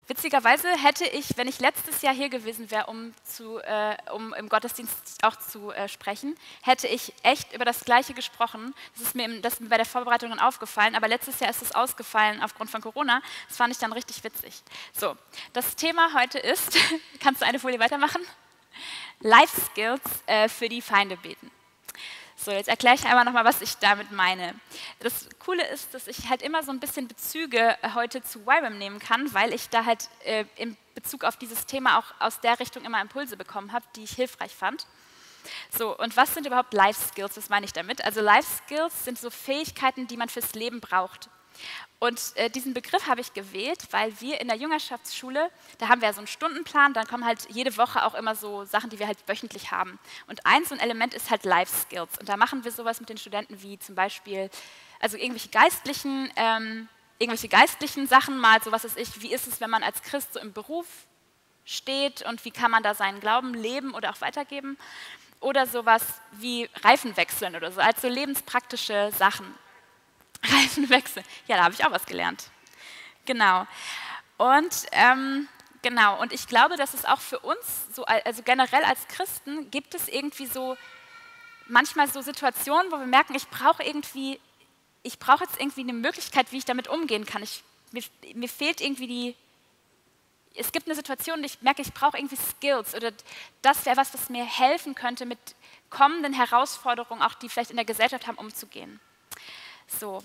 Witzigerweise hätte ich, wenn ich letztes Jahr hier gewesen wäre, um im Gottesdienst auch zu sprechen, hätte ich echt über das Gleiche gesprochen. Das ist mir bei der Vorbereitung dann aufgefallen, aber letztes Jahr ist es ausgefallen aufgrund von Corona. Das fand ich dann richtig witzig. So, das Thema heute ist, kannst du eine Folie weitermachen? Life Skills für die Feinde beten. So, jetzt erkläre ich einmal nochmal, was ich damit meine. Das Coole ist, dass ich halt immer so ein bisschen Bezüge heute zu YWAM nehmen kann, weil ich da halt in Bezug auf dieses Thema auch aus der Richtung immer Impulse bekommen habe, die ich hilfreich fand. So, und was sind überhaupt Life Skills? Was meine ich damit? Also Life Skills sind so Fähigkeiten, die man fürs Leben braucht. Und diesen Begriff habe ich gewählt, weil wir in der Jüngerschaftsschule, da haben wir ja so einen Stundenplan, dann kommen halt jede Woche auch immer so Sachen, die wir halt wöchentlich haben. Und so ein Element ist halt Life Skills. Und da machen wir sowas mit den Studenten wie zum Beispiel, also irgendwelche geistlichen Sachen, mal so was weiß ich, wie ist es, wenn man als Christ so im Beruf steht und wie kann man da seinen Glauben leben oder auch weitergeben. Oder sowas wie Reifen wechseln oder so, also lebenspraktische Sachen. Reifenwechsel. Ja, da habe ich auch was gelernt. Genau. Und und ich glaube, dass es auch für uns, so, also generell als Christen, gibt es irgendwie so manchmal so Situationen, wo wir merken, ich brauche jetzt irgendwie eine Möglichkeit, wie ich damit umgehen kann. Mir fehlt irgendwie es gibt eine Situation, ich merke, ich brauche irgendwie Skills oder das wäre was mir helfen könnte, mit kommenden Herausforderungen, auch die vielleicht in der Gesellschaft haben, umzugehen. So,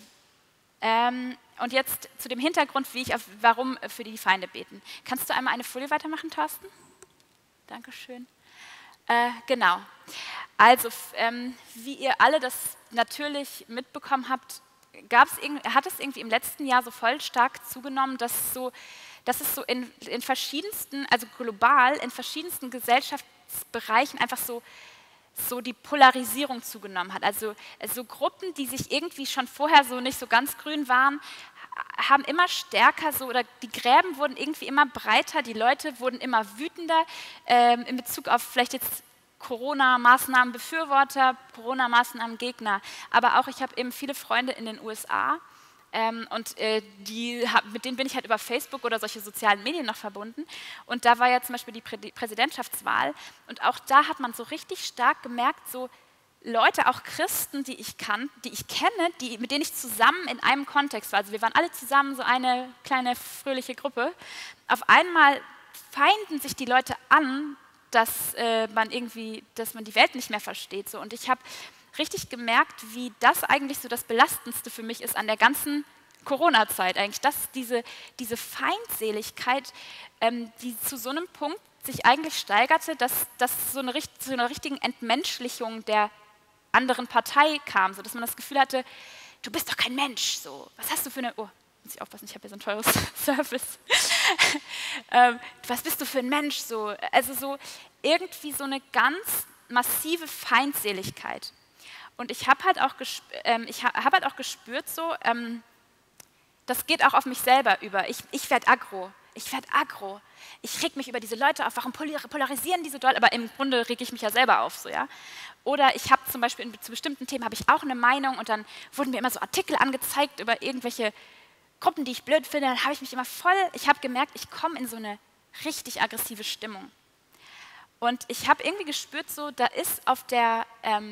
und jetzt zu dem Hintergrund, warum für die Feinde beten. Kannst du einmal eine Folie weitermachen, Thorsten? Dankeschön. Genau. Also, wie ihr alle das natürlich mitbekommen habt, hat es irgendwie im letzten Jahr so voll stark zugenommen, dass es so in verschiedensten, also global, in verschiedensten Gesellschaftsbereichen einfach so die Polarisierung zugenommen hat. Also so Gruppen, die sich irgendwie schon vorher so nicht so ganz grün waren, haben immer stärker oder die Gräben wurden irgendwie immer breiter, die Leute wurden immer wütender in Bezug auf vielleicht jetzt Corona-Maßnahmen-Befürworter, Corona-Maßnahmen-Gegner. Aber auch, ich habe eben viele Freunde in den USA, und mit denen bin ich halt über Facebook oder solche sozialen Medien noch verbunden. Und da war ja zum Beispiel die Präsidentschaftswahl. Und auch da hat man so richtig stark gemerkt, so Leute, auch Christen, die ich kenne, mit denen ich zusammen in einem Kontext war. Also wir waren alle zusammen so eine kleine fröhliche Gruppe. Auf einmal feinden sich die Leute an, dass man die Welt nicht mehr versteht. So. Und ich habe richtig gemerkt, wie das eigentlich so das Belastendste für mich ist an der ganzen Corona-Zeit eigentlich, dass diese Feindseligkeit, die zu so einem Punkt sich eigentlich steigerte, dass zu einer richtigen Entmenschlichung der anderen Partei kam, so dass man das Gefühl hatte, du bist doch kein Mensch, so, was hast du für eine, oh, muss ich aufpassen, ich habe hier so ein teures Service, was bist du für ein Mensch, so, also so irgendwie so eine ganz massive Feindseligkeit. Und ich habe halt auch gespürt, so, das geht auch auf mich selber über. Ich werde aggro. Ich reg mich über diese Leute auf. Warum polarisieren die so doll? Aber im Grunde reg ich mich ja selber auf. So, ja? Oder ich habe zum Beispiel zu bestimmten Themen habe ich auch eine Meinung und dann wurden mir immer so Artikel angezeigt über irgendwelche Gruppen, die ich blöd finde. Dann habe ich mich immer ich habe gemerkt, ich komme in so eine richtig aggressive Stimmung. Und ich habe irgendwie gespürt, so, da ist auf der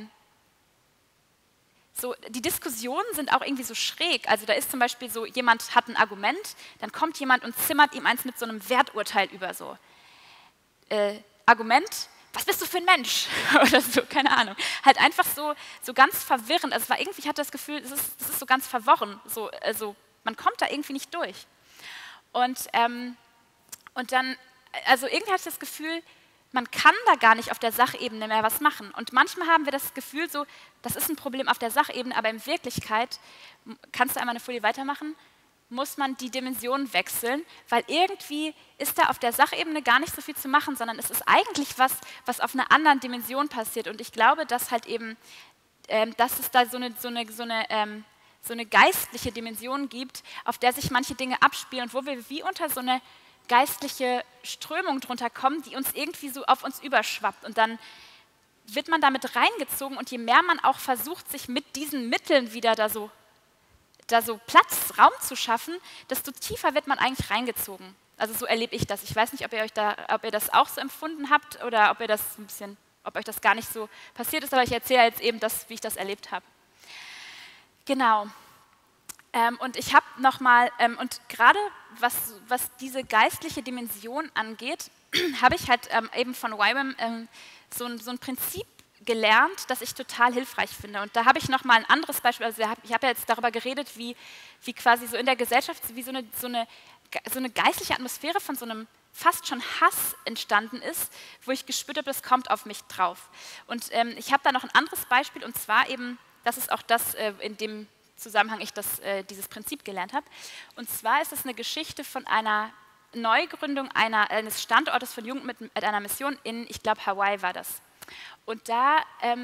die Diskussionen sind auch irgendwie so schräg. Also da ist zum Beispiel so, jemand hat ein Argument, dann kommt jemand und zimmert ihm eins mit so einem Werturteil über so. Argument, was bist du für ein Mensch? Oder so, keine Ahnung. Halt einfach so ganz verwirrend. Also ich hatte das Gefühl, das ist so ganz verworren. So, also man kommt da irgendwie nicht durch. Und dann, also irgendwie hatte ich das Gefühl, man kann da gar nicht auf der Sachebene mehr was machen. Und manchmal haben wir das Gefühl, so, das ist ein Problem auf der Sachebene, aber in Wirklichkeit, kannst du einmal eine Folie weitermachen, muss man die Dimension wechseln, weil irgendwie ist da auf der Sachebene gar nicht so viel zu machen, sondern es ist eigentlich was auf einer anderen Dimension passiert. Und ich glaube, dass halt eben, dass es da so eine geistliche Dimension gibt, auf der sich manche Dinge abspielen und wo wir wie unter so eine geistliche Strömung drunter kommen, die uns irgendwie so auf uns überschwappt. Und dann wird man damit reingezogen und je mehr man auch versucht, sich mit diesen Mitteln wieder da so Platz, Raum zu schaffen, desto tiefer wird man eigentlich reingezogen. Also so erlebe ich das. Ich weiß nicht, ob ihr das auch so empfunden habt oder ob euch das gar nicht so passiert ist, aber ich erzähle jetzt eben das, wie ich das erlebt habe. Genau. Und ich habe nochmal, und gerade was diese geistliche Dimension angeht, habe ich halt eben von YWAM so ein Prinzip gelernt, das ich total hilfreich finde. Und da habe ich nochmal ein anderes Beispiel, also ich habe ja jetzt darüber geredet, wie quasi so in der Gesellschaft wie so eine geistliche Atmosphäre von so einem fast schon Hass entstanden ist, wo ich gespürt habe, das kommt auf mich drauf. Und ich habe da noch ein anderes Beispiel, und zwar eben, das ist auch das, in dem Zusammenhang ich dieses Prinzip gelernt habe. Und zwar ist es eine Geschichte von einer Neugründung eines Standortes von Jugend mit einer Mission in, ich glaube, Hawaii war das. Und da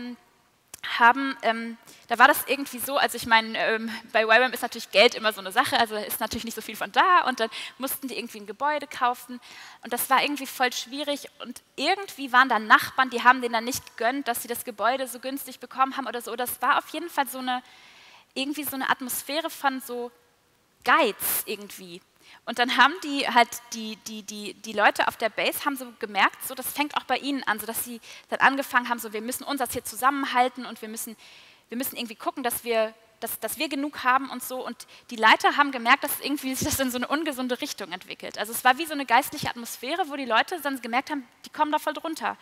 da war das irgendwie so, also ich meine, bei YWAM ist natürlich Geld immer so eine Sache, also ist natürlich nicht so viel von da, und dann mussten die irgendwie ein Gebäude kaufen und das war irgendwie voll schwierig, und irgendwie waren da Nachbarn, die haben denen dann nicht gegönnt, dass sie das Gebäude so günstig bekommen haben oder so. Das war auf jeden Fall irgendwie so eine Atmosphäre von so Geiz irgendwie. Und dann haben die halt die Leute auf der Base haben so gemerkt, so das fängt auch bei ihnen an, so dass sie dann angefangen haben, so wir müssen uns das hier zusammenhalten und wir müssen irgendwie gucken, dass wir genug haben und so. Und die Leiter haben gemerkt, dass irgendwie sich das in so eine ungesunde Richtung entwickelt. Also es war wie so eine geistliche Atmosphäre, wo die Leute dann gemerkt haben, die kommen da voll drunter.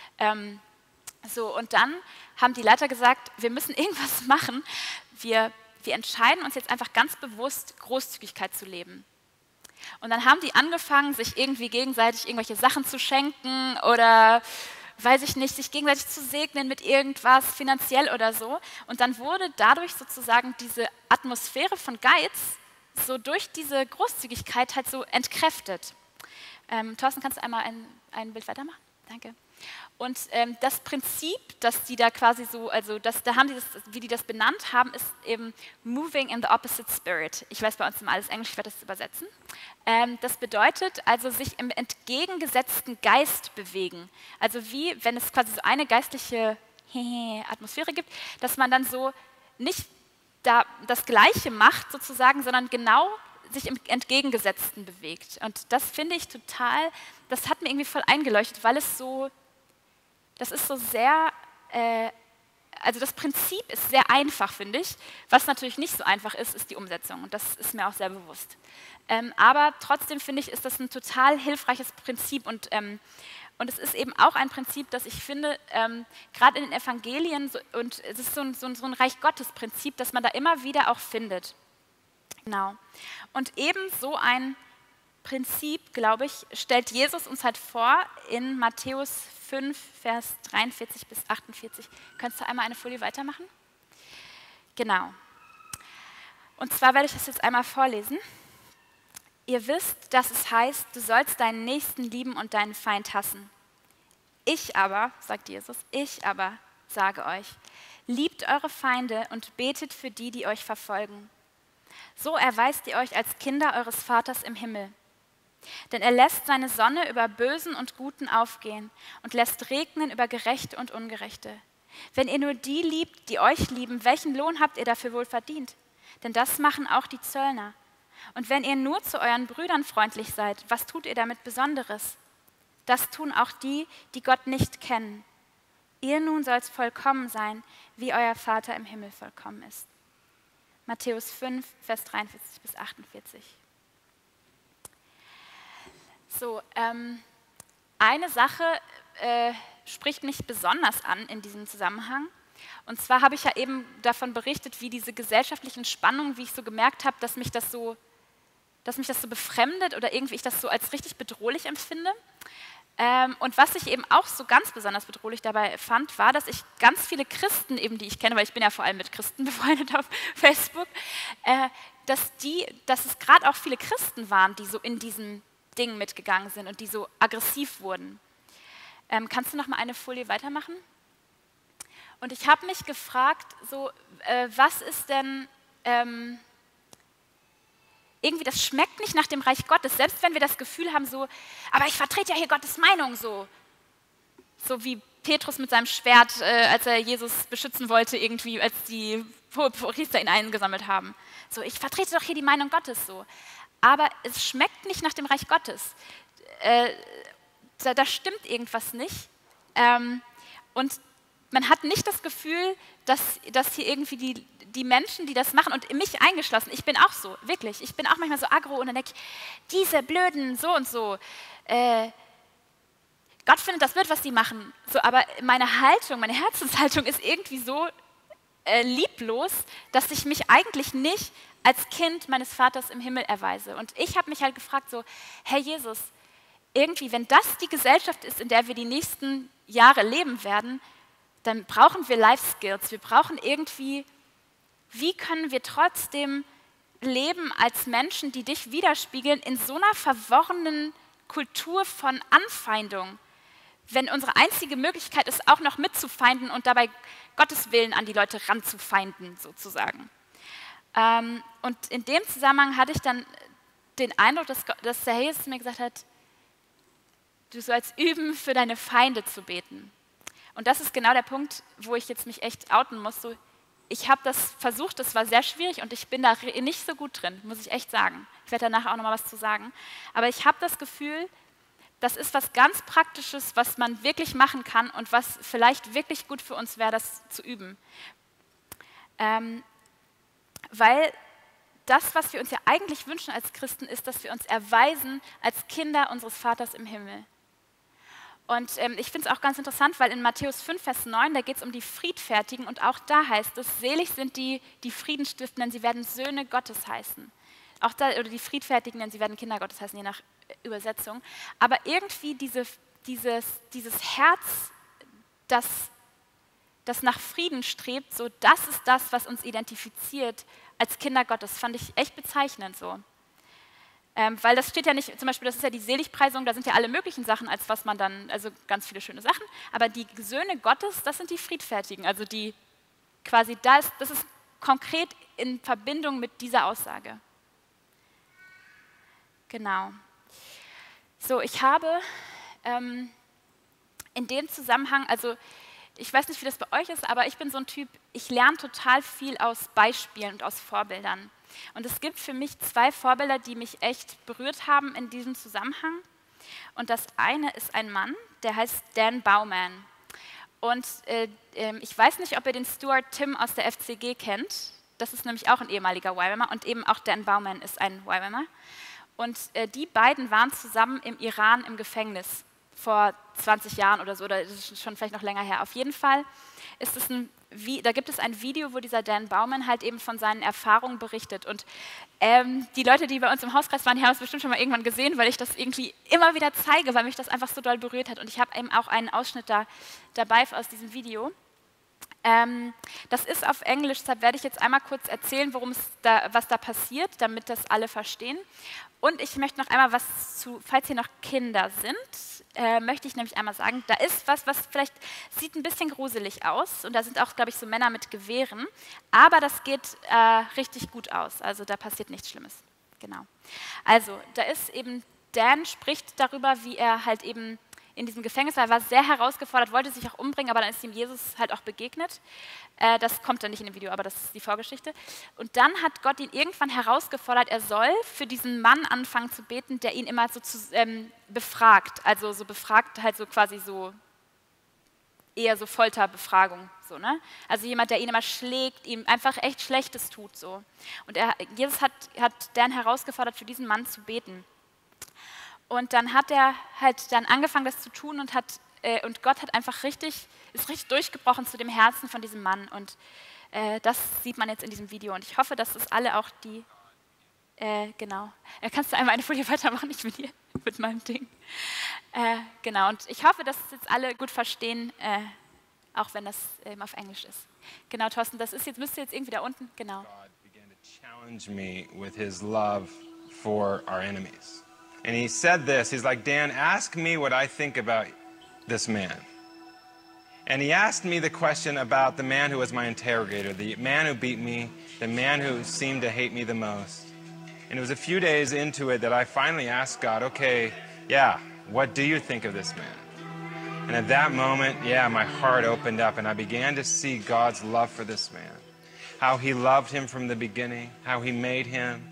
Und dann haben die Leiter gesagt, wir müssen irgendwas machen. Wir entscheiden uns jetzt einfach ganz bewusst, Großzügigkeit zu leben. Und dann haben die angefangen, sich irgendwie gegenseitig irgendwelche Sachen zu schenken oder, weiß ich nicht, sich gegenseitig zu segnen mit irgendwas, finanziell oder so. Und dann wurde dadurch sozusagen diese Atmosphäre von Geiz so durch diese Großzügigkeit halt so entkräftet. Thorsten, kannst du einmal ein Bild weitermachen? Danke. Und das Prinzip, das die da quasi so, also da haben die das, wie die das benannt haben, ist eben moving in the opposite spirit. Ich weiß bei uns immer alles Englisch, ich werde das übersetzen. Das bedeutet also sich im entgegengesetzten Geist bewegen. Also wie, wenn es quasi so eine geistliche Atmosphäre gibt, dass man dann so nicht da das Gleiche macht sozusagen, sondern genau sich im Entgegengesetzten bewegt. Und das finde ich total, das hat mir irgendwie voll eingeleuchtet, weil das ist so sehr, also das Prinzip ist sehr einfach, finde ich. Was natürlich nicht so einfach ist, ist die Umsetzung. Und das ist mir auch sehr bewusst. Aber trotzdem finde ich, ist das ein total hilfreiches Prinzip. Und es ist eben auch ein Prinzip, das ich finde, gerade in den Evangelien, und es ist so ein Reich Gottes-Prinzip, das man da immer wieder auch findet. Genau. Und eben so ein Prinzip, glaube ich, stellt Jesus uns halt vor in Matthäus 5, Vers 43 bis 48. Könntest du einmal eine Folie weitermachen? Genau. Und zwar werde ich das jetzt einmal vorlesen. Ihr wisst, dass es heißt, du sollst deinen Nächsten lieben und deinen Feind hassen. Ich aber, sagt Jesus, ich aber sage euch, liebt eure Feinde und betet für die, die euch verfolgen. So erweist ihr euch als Kinder eures Vaters im Himmel. Denn er lässt seine Sonne über Bösen und Guten aufgehen und lässt regnen über Gerechte und Ungerechte. Wenn ihr nur die liebt, die euch lieben, welchen Lohn habt ihr dafür wohl verdient? Denn das machen auch die Zöllner. Und wenn ihr nur zu euren Brüdern freundlich seid, was tut ihr damit Besonderes? Das tun auch die, die Gott nicht kennen. Ihr nun sollt vollkommen sein, wie euer Vater im Himmel vollkommen ist. Matthäus 5, Vers 43 bis 48. So, eine Sache spricht mich besonders an in diesem Zusammenhang. Und zwar habe ich ja eben davon berichtet, wie diese gesellschaftlichen Spannungen, wie ich so gemerkt habe, dass mich das so befremdet oder irgendwie ich das so als richtig bedrohlich empfinde. Und was ich eben auch so ganz besonders bedrohlich dabei fand, war, dass ich ganz viele Christen eben, die ich kenne, weil ich bin ja vor allem mit Christen befreundet auf Facebook, dass es gerade auch viele Christen waren, die so in diesem Ding mitgegangen sind und die so aggressiv wurden. Kannst du noch mal eine Folie weitermachen? Und ich habe mich gefragt, so, was ist denn, irgendwie das schmeckt nicht nach dem Reich Gottes, selbst wenn wir das Gefühl haben, so, aber ich vertrete ja hier Gottes Meinung, so wie Petrus mit seinem Schwert, als er Jesus beschützen wollte, irgendwie, als die Priester ihn eingesammelt haben. So, ich vertrete doch hier die Meinung Gottes, so. aber es schmeckt nicht nach dem Reich Gottes. Da stimmt irgendwas nicht. Und man hat nicht das Gefühl, dass hier irgendwie die Menschen, die das machen, und mich eingeschlossen, ich bin auch so, wirklich, ich bin auch manchmal so aggro und dann denke ich, diese blöden so und so, Gott findet das blöd, was die machen, so, aber meine Haltung, meine Herzenshaltung ist irgendwie so lieblos, dass ich mich eigentlich nicht als Kind meines Vaters im Himmel erweise. Und ich habe mich halt gefragt so, Herr Jesus, irgendwie, wenn das die Gesellschaft ist, in der wir die nächsten Jahre leben werden, dann brauchen wir Life Skills. Wir brauchen irgendwie, wie können wir trotzdem leben als Menschen, die dich widerspiegeln, in so einer verworrenen Kultur von Anfeindung, wenn unsere einzige Möglichkeit ist, auch noch mitzufeinden und dabei Gottes Willen an die Leute ranzufeinden, sozusagen. Und in dem Zusammenhang hatte ich dann den Eindruck, dass der Herr Jesus mir gesagt hat, du sollst üben, für deine Feinde zu beten. Und das ist genau der Punkt, wo ich jetzt mich echt outen muss. So, ich habe das versucht, das war sehr schwierig und ich bin da nicht so gut drin, muss ich echt sagen. Ich werde danach auch nochmal was zu sagen. Aber ich habe das Gefühl, das ist was ganz Praktisches, was man wirklich machen kann und was vielleicht wirklich gut für uns wäre, das zu üben. Weil das, was wir uns ja eigentlich wünschen als Christen, ist, dass wir uns erweisen als Kinder unseres Vaters im Himmel. Und ich finde es auch ganz interessant, weil in Matthäus 5, Vers 9, da geht es um die Friedfertigen und auch da heißt es, selig sind die Frieden stiften, denn sie werden Söhne Gottes heißen. Auch da, oder die Friedfertigen, denn sie werden Kinder Gottes heißen, je nach Übersetzung. Aber irgendwie dieses Herz, das nach Frieden strebt, so das ist das, was uns identifiziert als Kinder Gottes, fand ich echt bezeichnend so. Weil das steht ja nicht, zum Beispiel, das ist ja die Seligpreisung, da sind ja alle möglichen Sachen, als was man dann, also ganz viele schöne Sachen, aber die Söhne Gottes, das sind die Friedfertigen, also die quasi, das ist konkret in Verbindung mit dieser Aussage. Genau. So, ich habe in dem Zusammenhang, also ich weiß nicht, wie das bei euch ist, aber ich bin so ein Typ, ich lerne total viel aus Beispielen und aus Vorbildern. Und es gibt für mich 2 Vorbilder, die mich echt berührt haben in diesem Zusammenhang. Und das eine ist ein Mann, der heißt Dan Bowman. Und ich weiß nicht, ob ihr den Stuart Tim aus der FCG kennt. Das ist nämlich auch ein ehemaliger YWAMer und eben auch Dan Bowman ist ein YWAMer. Und die beiden waren zusammen im Iran im Gefängnis vor 20 Jahren oder so, oder das ist schon vielleicht noch länger her. Auf jeden Fall ist es da gibt es ein Video, wo dieser Dan Bowman halt eben von seinen Erfahrungen berichtet. Und die Leute, die bei uns im Hauskreis waren, die haben es bestimmt schon mal irgendwann gesehen, weil ich das irgendwie immer wieder zeige, weil mich das einfach so doll berührt hat. Und ich habe eben auch einen Ausschnitt dabei aus diesem Video. Das ist auf Englisch, deshalb werde ich jetzt einmal kurz erzählen, was da passiert, damit das alle verstehen. Und ich möchte noch einmal falls hier noch Kinder sind, möchte ich nämlich einmal sagen, da ist was vielleicht sieht ein bisschen gruselig aus und da sind auch, glaube ich, so Männer mit Gewehren, aber das geht richtig gut aus, also da passiert nichts Schlimmes. Genau. Also, da ist eben, Dan spricht darüber, wie er halt eben in diesem Gefängnis war. Er war sehr herausgefordert, wollte sich auch umbringen, aber dann ist ihm Jesus halt auch begegnet. Das kommt dann nicht in dem Video, aber das ist die Vorgeschichte. Und dann hat Gott ihn irgendwann herausgefordert, er soll für diesen Mann anfangen zu beten, der ihn immer so befragt. Also so befragt halt so quasi so eher so Folterbefragung. So, ne? Also jemand, der ihn immer schlägt, ihm einfach echt Schlechtes tut. So. Und Jesus hat Dan herausgefordert, für diesen Mann zu beten. Und dann hat er halt dann angefangen, das zu tun und Gott hat einfach ist richtig durchgebrochen zu dem Herzen von diesem Mann. Und das sieht man jetzt in diesem Video. Und ich hoffe, dass das alle auch genau. Kannst du einmal eine Folie weitermachen? Ich bin hier mit meinem Ding. Genau. Und ich hoffe, dass es jetzt alle gut verstehen, auch wenn das auf Englisch ist. Genau, Thorsten, müsste jetzt irgendwie da unten, genau. God began to challenge me with his love for our enemies. And he said this, he's like, Dan, ask me what I think about this man. And he asked me the question about the man who was my interrogator, the man who beat me, the man who seemed to hate me the most. And it was a few days into it that I finally asked God, okay, yeah, what do you think of this man? And at that moment, my heart opened up and I began to see God's love for this man. How he loved him from the beginning, how he made him,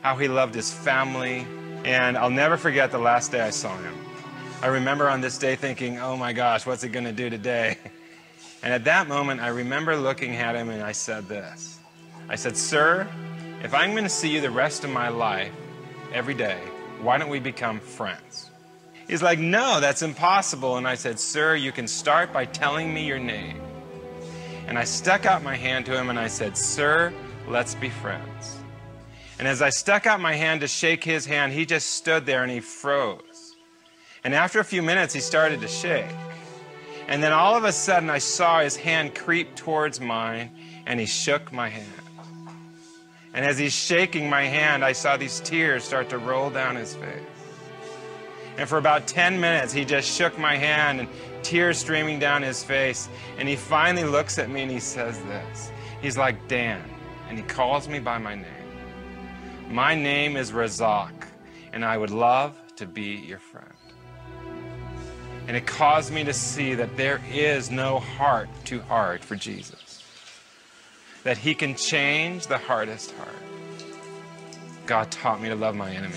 how he loved his family. And I'll never forget the last day I saw him. I remember on this day thinking, oh my gosh, what's he going to do today? And at that moment, I remember looking at him and I said this. I said, sir, if I'm going to see you the rest of my life, every day, why don't we become friends? He's like, no, that's impossible. And I said, sir, you can start by telling me your name. And I stuck out my hand to him and I said, sir, let's be friends. And as I stuck out my hand to shake his hand, he just stood there and he froze. And after a few minutes, he started to shake. And then all of a sudden, I saw his hand creep towards mine and he shook my hand. And as he's shaking my hand, I saw these tears start to roll down his face. And for about 10 minutes, he just shook my hand and tears streaming down his face. And he finally looks at me and he says this. He's like, Dan, and he calls me by my name. My name is Razak, and I would love to be your friend. And it caused me to see that there is no heart too hard for Jesus. That he can change the hardest heart. God taught me to love my enemy.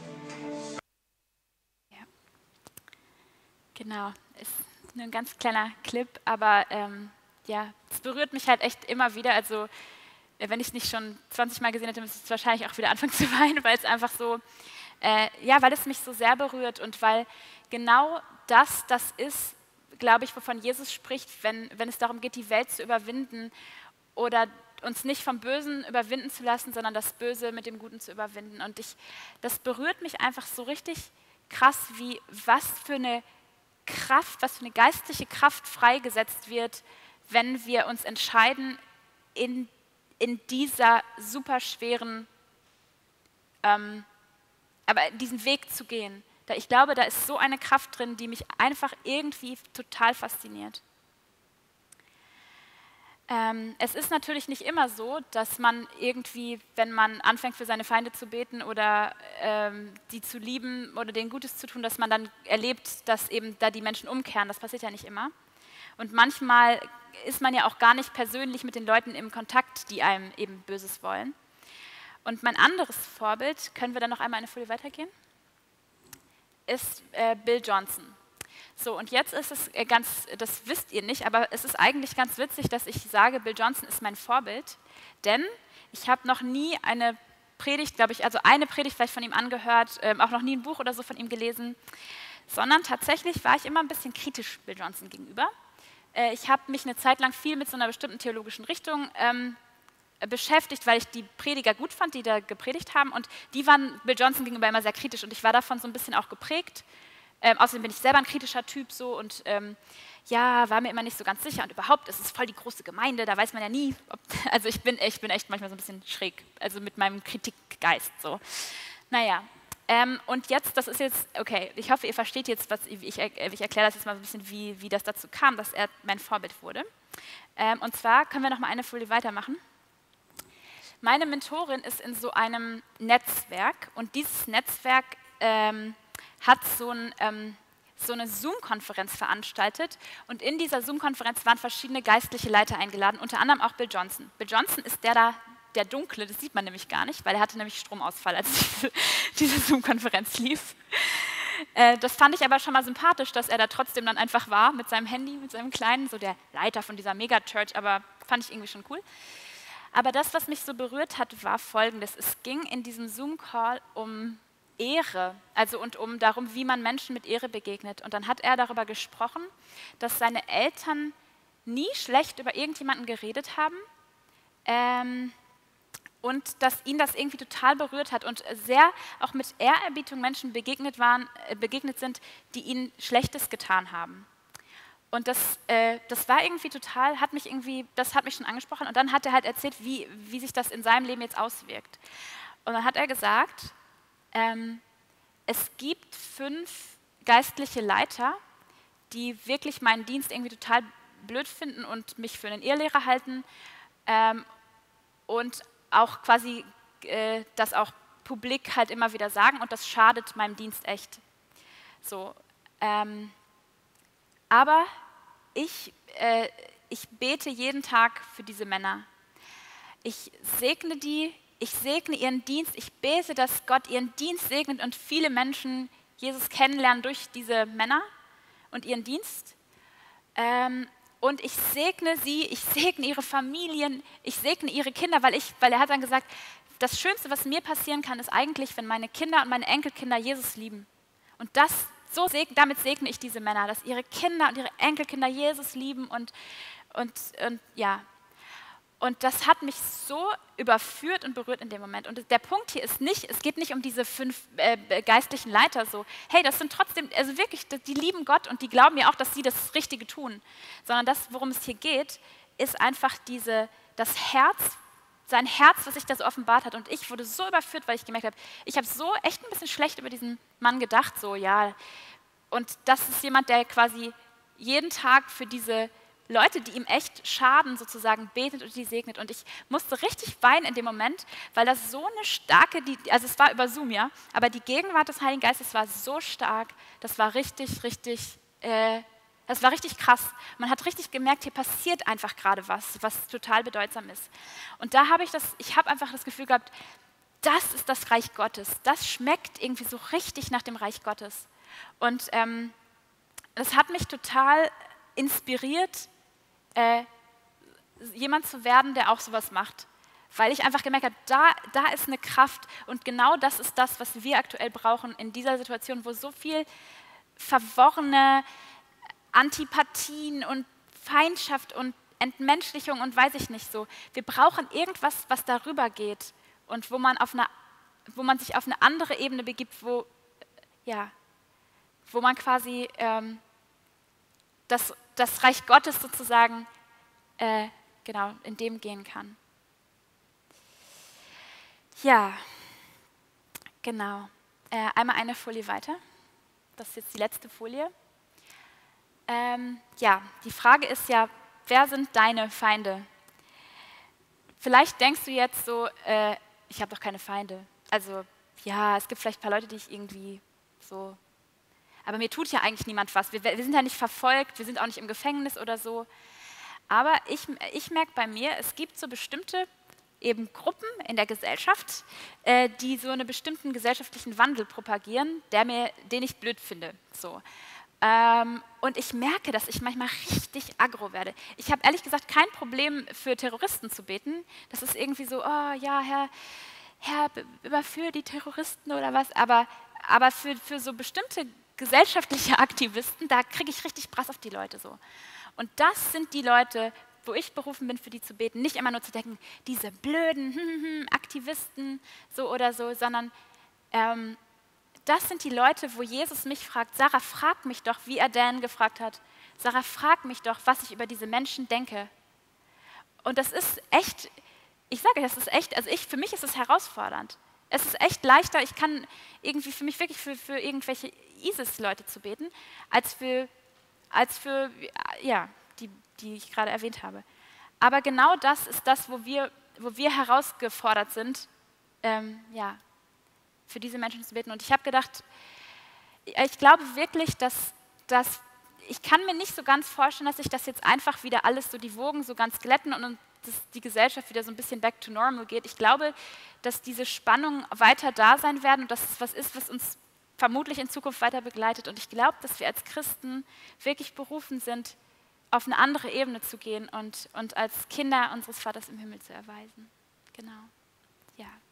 Ja. Genau, ist nur ein ganz kleiner Clip, aber ja, es berührt mich halt echt immer wieder. Also wenn ich es nicht schon 20 Mal gesehen hätte, müsste ich wahrscheinlich auch wieder anfangen zu weinen, weil es einfach so, ja, weil es mich so sehr berührt und weil genau das ist, glaube ich, wovon Jesus spricht, wenn es darum geht, die Welt zu überwinden oder uns nicht vom Bösen überwinden zu lassen, sondern das Böse mit dem Guten zu überwinden. Und das berührt mich einfach so richtig krass, wie was für eine Kraft, was für eine geistliche Kraft freigesetzt wird, wenn wir uns entscheiden, in dieser super schweren, aber diesen Weg zu gehen. Ich glaube, da ist so eine Kraft drin, die mich einfach irgendwie total fasziniert. Es ist natürlich nicht immer so, dass man irgendwie, wenn man anfängt für seine Feinde zu beten oder die zu lieben oder denen Gutes zu tun, dass man dann erlebt, dass eben da die Menschen umkehren. Das passiert ja nicht immer. Und manchmal ist man ja auch gar nicht persönlich mit den Leuten im Kontakt, die einem eben Böses wollen. Und mein anderes Vorbild, können wir dann noch einmal eine Folie weitergehen, ist Bill Johnson. So, und jetzt ist es das wisst ihr nicht, aber es ist eigentlich ganz witzig, dass ich sage, Bill Johnson ist mein Vorbild, denn ich habe noch nie eine Predigt, glaube ich, also eine Predigt vielleicht von ihm angehört, auch noch nie ein Buch oder so von ihm gelesen, sondern tatsächlich war ich immer ein bisschen kritisch Bill Johnson gegenüber. Ich habe mich eine Zeit lang viel mit so einer bestimmten theologischen Richtung beschäftigt, weil ich die Prediger gut fand, die da gepredigt haben, und die waren Bill Johnson gegenüber immer sehr kritisch und ich war davon so ein bisschen auch geprägt. Außerdem bin ich selber ein kritischer Typ so und ja, war mir immer nicht so ganz sicher und überhaupt, es ist voll die große Gemeinde, da weiß man ja nie, also ich bin echt manchmal so ein bisschen schräg, also mit meinem Kritikgeist so. Naja, und jetzt, das ist jetzt, okay, ich hoffe, ihr versteht jetzt, ich erkläre das jetzt mal so ein bisschen, wie das dazu kam, dass er mein Vorbild wurde. Und zwar können wir noch mal eine Folie weitermachen. Meine Mentorin ist in so einem Netzwerk und dieses Netzwerk hat so eine Zoom-Konferenz veranstaltet und in dieser Zoom-Konferenz waren verschiedene geistliche Leiter eingeladen, unter anderem auch Bill Johnson. Bill Johnson ist der Dunkle, das sieht man nämlich gar nicht, weil er hatte nämlich Stromausfall, als diese Zoom-Konferenz lief. Das fand ich aber schon mal sympathisch, dass er da trotzdem dann einfach war mit seinem Handy, mit seinem Kleinen, so der Leiter von dieser Megachurch, aber fand ich irgendwie schon cool. Aber das, was mich so berührt hat, war Folgendes. Es ging in diesem Zoom-Call um Ehre, also und darum, wie man Menschen mit Ehre begegnet. Und dann hat er darüber gesprochen, dass seine Eltern nie schlecht über irgendjemanden geredet haben und dass ihn das irgendwie total berührt hat und sehr auch mit Ehrerbietung Menschen begegnet sind, die ihnen Schlechtes getan haben. Und das war irgendwie total, das hat mich schon angesprochen. Und dann hat er halt erzählt, wie sich das in seinem Leben jetzt auswirkt. Und dann hat er gesagt, es gibt 5 geistliche Leiter, die wirklich meinen Dienst irgendwie total blöd finden und mich für einen Irrlehrer halten und auch quasi das auch publik halt immer wieder sagen und das schadet meinem Dienst echt. So, aber ich bete jeden Tag für diese Männer. Ich segne die ich segne ihren Dienst, ich bete, dass Gott ihren Dienst segnet und viele Menschen Jesus kennenlernen durch diese Männer und ihren Dienst. Und ich segne sie, ich segne ihre Familien, ich segne ihre Kinder, weil er hat dann gesagt, das Schönste, was mir passieren kann, ist eigentlich, wenn meine Kinder und meine Enkelkinder Jesus lieben. Und damit segne ich diese Männer, dass ihre Kinder und ihre Enkelkinder Jesus lieben und ja. Und das hat mich so überführt und berührt in dem Moment. Und der Punkt hier ist nicht, es geht nicht um diese 5 geistlichen Leiter so, hey, das sind trotzdem, also wirklich, die lieben Gott und die glauben ja auch, dass sie das Richtige tun. Sondern das, worum es hier geht, ist einfach das Herz, sein Herz, was sich da so offenbart hat. Und ich wurde so überführt, weil ich gemerkt habe, ich habe so echt ein bisschen schlecht über diesen Mann gedacht, so, ja. Und das ist jemand, der quasi jeden Tag für diese Leute, die ihm echt schaden, sozusagen betet und die segnet. Und ich musste richtig weinen in dem Moment, weil das so eine starke, also es war über Zoom, ja, aber die Gegenwart des Heiligen Geistes war so stark, das war richtig krass. Man hat richtig gemerkt, hier passiert einfach gerade was total bedeutsam ist. Und da habe ich habe einfach das Gefühl gehabt, das ist das Reich Gottes. Das schmeckt irgendwie so richtig nach dem Reich Gottes. Und das hat mich total inspiriert, jemand zu werden, der auch sowas macht. Weil ich einfach gemerkt habe, da ist eine Kraft und genau das ist das, was wir aktuell brauchen in dieser Situation, wo so viel verworrene Antipathien und Feindschaft und Entmenschlichung und weiß ich nicht so. Wir brauchen irgendwas, was darüber geht und wo man sich auf eine andere Ebene begibt, wo man quasi das Reich Gottes sozusagen in dem gehen kann. Ja, genau. Einmal eine Folie weiter. Das ist jetzt die letzte Folie. Die Frage ist ja, wer sind deine Feinde? Vielleicht denkst du jetzt so, ich habe doch keine Feinde. Also ja, es gibt vielleicht ein paar Leute, die ich irgendwie so... Aber mir tut ja eigentlich niemand was. Wir sind ja nicht verfolgt, wir sind auch nicht im Gefängnis oder so. Aber ich merke bei mir, es gibt so bestimmte eben Gruppen in der Gesellschaft, die so einen bestimmten gesellschaftlichen Wandel propagieren, den ich blöd finde. So. Und ich merke, dass ich manchmal richtig aggro werde. Ich habe ehrlich gesagt kein Problem, für Terroristen zu beten. Das ist irgendwie so, oh ja, Herr, überführe die Terroristen oder was. Aber für so bestimmte gesellschaftliche Aktivisten, da kriege ich richtig Brass auf die Leute so. Und das sind die Leute, wo ich berufen bin, für die zu beten. Nicht immer nur zu denken, diese blöden Aktivisten so oder so, sondern das sind die Leute, wo Jesus mich fragt, Sarah, frag mich doch, wie er Dan gefragt hat. Sarah, frag mich doch, was ich über diese Menschen denke. Und das ist echt, ich sage, das ist echt, also für mich ist es herausfordernd. Es ist echt leichter, ich kann irgendwie für mich wirklich für irgendwelche ISIS-Leute zu beten, als für die ich gerade erwähnt habe. Aber genau das ist das, wo wir herausgefordert sind, für diese Menschen zu beten. Und ich habe gedacht, ich glaube wirklich, dass ich kann mir nicht so ganz vorstellen, dass sich das jetzt einfach wieder alles so die Wogen so ganz glätten und dass die Gesellschaft wieder so ein bisschen back to normal geht. Ich glaube, dass diese Spannungen weiter da sein werden und dass es was ist, was uns vermutlich in Zukunft weiter begleitet. Und ich glaube, dass wir als Christen wirklich berufen sind, auf eine andere Ebene zu gehen und als Kinder unseres Vaters im Himmel zu erweisen. Genau. Ja.